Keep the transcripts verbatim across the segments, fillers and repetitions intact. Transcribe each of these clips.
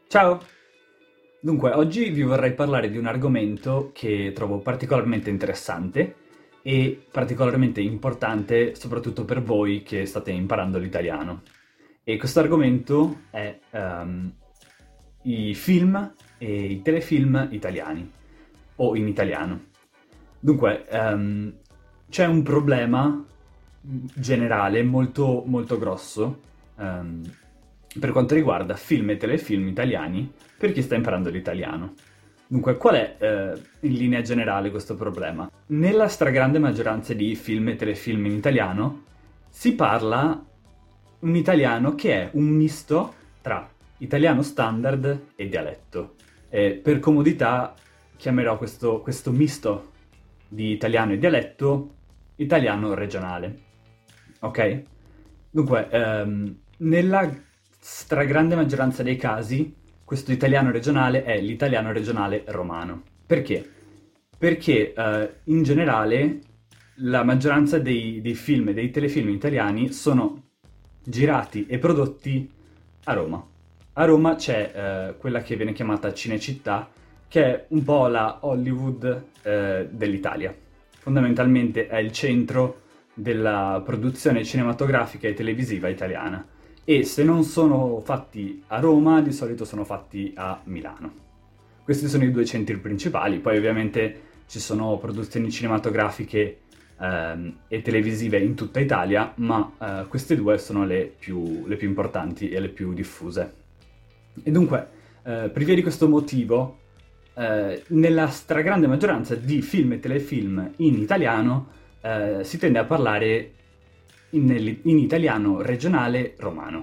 Ciao! Dunque, oggi vi vorrei parlare di un argomento che trovo particolarmente interessante e particolarmente importante soprattutto per voi che state imparando l'italiano. E questo argomento è ehm, i film e i telefilm italiani, o in italiano. Dunque, ehm, c'è un problema generale molto, molto grosso ehm, per quanto riguarda film e telefilm italiani per chi sta imparando l'italiano. Dunque, qual è eh, in linea generale questo problema? Nella stragrande maggioranza di film e telefilm in italiano si parla un italiano che è un misto tra italiano standard e dialetto. E per comodità chiamerò questo, questo misto di italiano e dialetto italiano regionale. Ok? Dunque, ehm, nella stragrande maggioranza dei casi questo italiano regionale è l'italiano regionale romano. Perché? Perché eh, in generale la maggioranza dei, dei film e dei telefilm italiani sono girati e prodotti a Roma. A Roma c'è eh, quella che viene chiamata Cinecittà, che è un po' la Hollywood eh, dell'Italia. Fondamentalmente è il centro della produzione cinematografica e televisiva italiana. E se non sono fatti a Roma, di solito sono fatti a Milano. Questi sono i due centri principali, poi ovviamente ci sono produzioni cinematografiche ehm, e televisive in tutta Italia, ma eh, queste due sono le più, le più importanti e le più diffuse. E dunque, eh, per via di questo motivo, eh, nella stragrande maggioranza di film e telefilm in italiano eh, si tende a parlare in, in italiano regionale romano.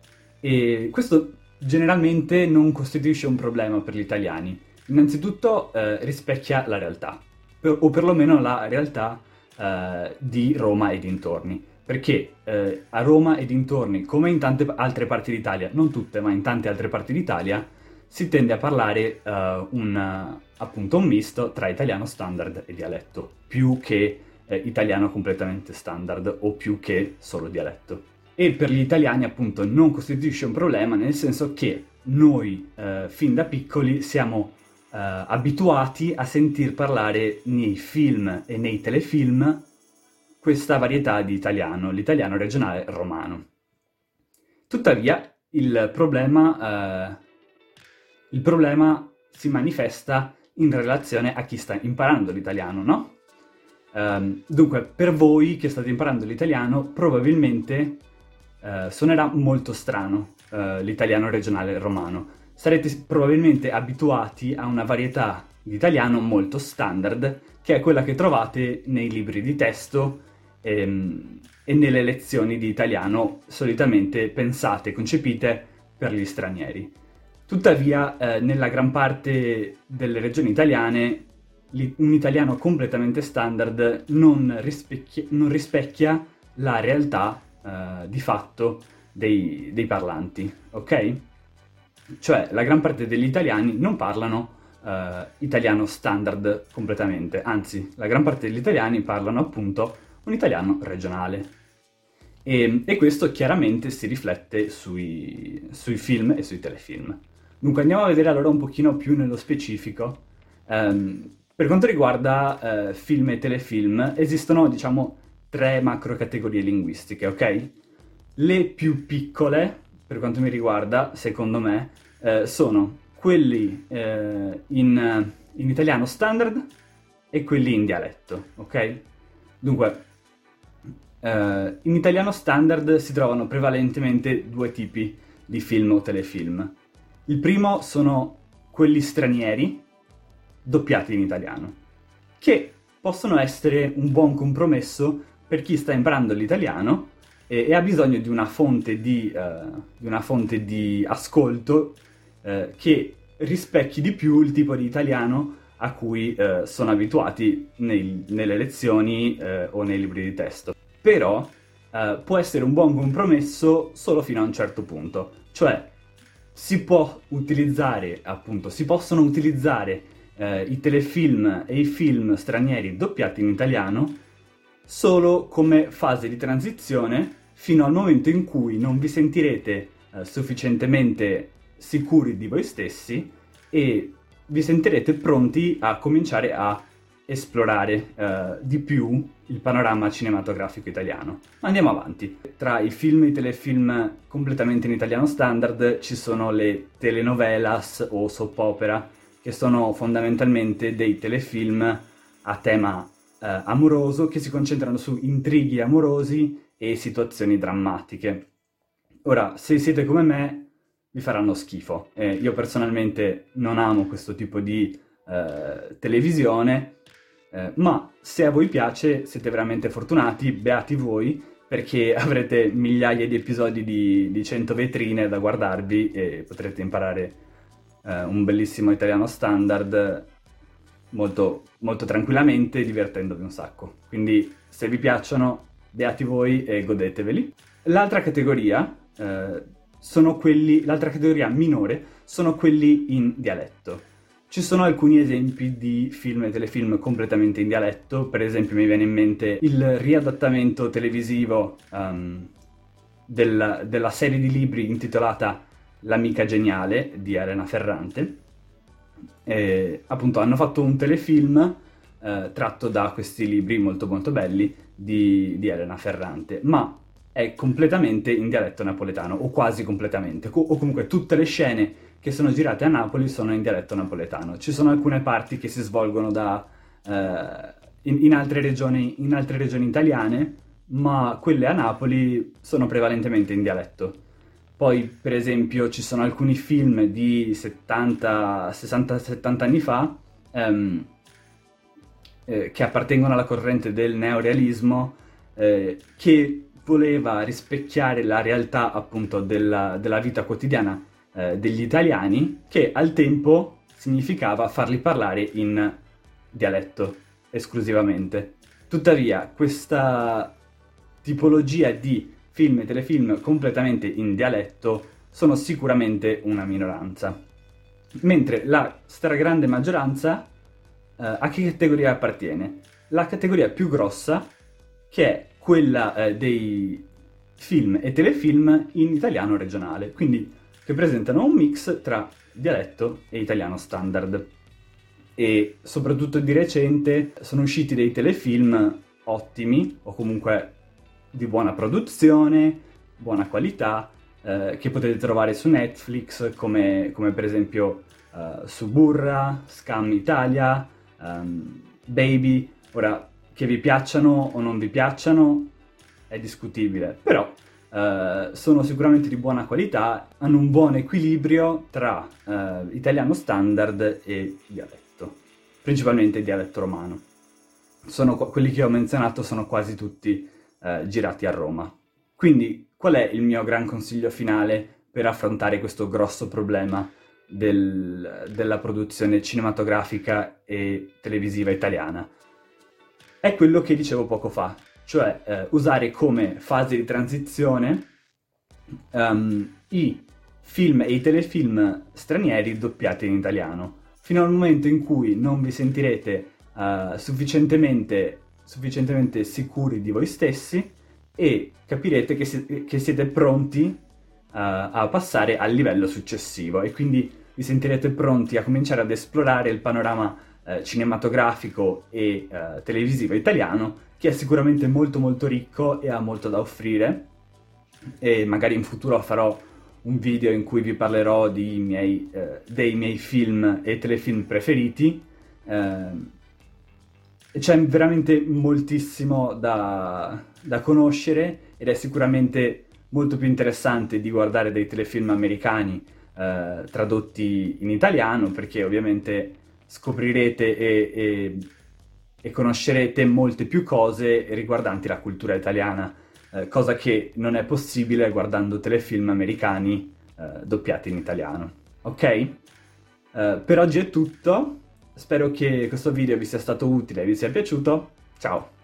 E questo generalmente non costituisce un problema per gli italiani. Innanzitutto eh, rispecchia la realtà, per, o perlomeno la realtà eh, di Roma e dintorni. Perché eh, a Roma e dintorni, come in tante altre parti d'Italia, non tutte, ma in tante altre parti d'Italia, si tende a parlare uh, un, appunto, un misto tra italiano standard e dialetto, più che eh, italiano completamente standard o più che solo dialetto. E per gli italiani, appunto, non costituisce un problema, nel senso che noi, eh, fin da piccoli, siamo eh, abituati a sentir parlare nei film e nei telefilm questa varietà di italiano, l'italiano regionale romano. Tuttavia, il problema, eh, il problema si manifesta in relazione a chi sta imparando l'italiano, no? Um, dunque, per voi che state imparando l'italiano, probabilmente uh, suonerà molto strano uh, l'italiano regionale romano. Sarete probabilmente abituati a una varietà di italiano molto standard, che è quella che trovate nei libri di testo ehm, e nelle lezioni di italiano solitamente pensate, concepite per gli stranieri. Tuttavia, eh, nella gran parte delle regioni italiane un italiano completamente standard non rispecchia, non rispecchia la realtà uh, di fatto dei, dei parlanti, ok? Cioè la gran parte degli italiani non parlano uh, italiano standard completamente, anzi la gran parte degli italiani parlano appunto un italiano regionale. E, e questo chiaramente si riflette sui, sui film e sui telefilm. Dunque andiamo a vedere allora un pochino più nello specifico. Um, Per quanto riguarda eh, film e telefilm, esistono, diciamo, tre macro categorie linguistiche, ok? Le più piccole, per quanto mi riguarda, secondo me, eh, sono quelli eh, in, in italiano standard e quelli in dialetto, ok? Dunque, eh, in italiano standard si trovano prevalentemente due tipi di film o telefilm. Il primo sono quelli stranieri, doppiati in italiano, che possono essere un buon compromesso per chi sta imparando l'italiano e, e ha bisogno di una fonte di, uh, di, una fonte di ascolto uh, che rispecchi di più il tipo di italiano a cui uh, sono abituati nei, nelle lezioni uh, o nei libri di testo. Però uh, può essere un buon compromesso solo fino a un certo punto, cioè si può utilizzare, appunto, si possono utilizzare eh, i telefilm e i film stranieri doppiati in italiano solo come fase di transizione fino al momento in cui non vi sentirete eh, sufficientemente sicuri di voi stessi e vi sentirete pronti a cominciare a esplorare uh, di più il panorama cinematografico italiano. Andiamo avanti. Tra i film e i telefilm completamente in italiano standard ci sono le telenovelas o soap opera, che sono fondamentalmente dei telefilm a tema uh, amoroso che si concentrano su intrighi amorosi e situazioni drammatiche. Ora, se siete come me, vi faranno schifo. Eh, io personalmente non amo questo tipo di uh, televisione, Eh, ma se a voi piace siete veramente fortunati, beati voi, perché avrete migliaia di episodi di, di cento vetrine da guardarvi e potrete imparare eh, un bellissimo italiano standard molto, molto tranquillamente, divertendovi un sacco. Quindi se vi piacciono, beati voi e godeteveli. L'altra categoria, eh, sono quelli, l'altra categoria minore sono quelli in dialetto. Ci sono alcuni esempi di film e telefilm completamente in dialetto, per esempio mi viene in mente il riadattamento televisivo um, della, della serie di libri intitolata L'amica geniale di Elena Ferrante. E, appunto hanno fatto un telefilm eh, tratto da questi libri molto molto belli di, di Elena Ferrante, ma è completamente in dialetto napoletano, o quasi completamente, o comunque tutte le scene che sono girate a Napoli sono in dialetto napoletano. Ci sono alcune parti che si svolgono da, eh, in, in, altre regioni, in altre regioni italiane, ma quelle a Napoli sono prevalentemente in dialetto. Poi, per esempio, ci sono alcuni film di settanta, sessanta, settanta anni fa ehm, eh, che appartengono alla corrente del neorealismo, eh, che voleva rispecchiare la realtà appunto della, della vita quotidiana degli italiani, che al tempo significava farli parlare in dialetto esclusivamente. Tuttavia, questa tipologia di film e telefilm completamente in dialetto sono sicuramente una minoranza, mentre la stragrande maggioranza eh, a che categoria appartiene? La categoria più grossa, che è quella eh, dei film e telefilm in italiano regionale, quindi che presentano un mix tra dialetto e italiano standard. E soprattutto di recente sono usciti dei telefilm ottimi, o comunque di buona produzione, buona qualità, eh, che potete trovare su Netflix, come, come per esempio uh, Suburra, Scam Italia, um, Baby. Ora, che vi piacciono o non vi piacciono è discutibile, però Uh, sono sicuramente di buona qualità, hanno un buon equilibrio tra uh, italiano standard e dialetto, principalmente dialetto romano. Sono, quelli che ho menzionato sono quasi tutti uh, girati a Roma. Quindi qual è il mio gran consiglio finale per affrontare questo grosso problema del, della produzione cinematografica e televisiva italiana? È quello che dicevo poco fa, cioè eh, usare come fase di transizione um, i film e i telefilm stranieri doppiati in italiano, fino al momento in cui non vi sentirete uh, sufficientemente, sufficientemente sicuri di voi stessi e capirete che, si- che siete pronti uh, a passare al livello successivo, e quindi vi sentirete pronti a cominciare ad esplorare il panorama uh, cinematografico e uh, televisivo italiano, che è sicuramente molto molto ricco e ha molto da offrire, e magari in futuro farò un video in cui vi parlerò di miei, eh, dei miei film e telefilm preferiti. Eh, c'è veramente moltissimo da, da conoscere, ed è sicuramente molto più interessante di guardare dei telefilm americani eh, tradotti in italiano, perché ovviamente scoprirete e, e e conoscerete molte più cose riguardanti la cultura italiana, eh, cosa che non è possibile guardando telefilm americani eh, doppiati in italiano. Ok? Eh, per oggi è tutto, spero che questo video vi sia stato utile e vi sia piaciuto. Ciao!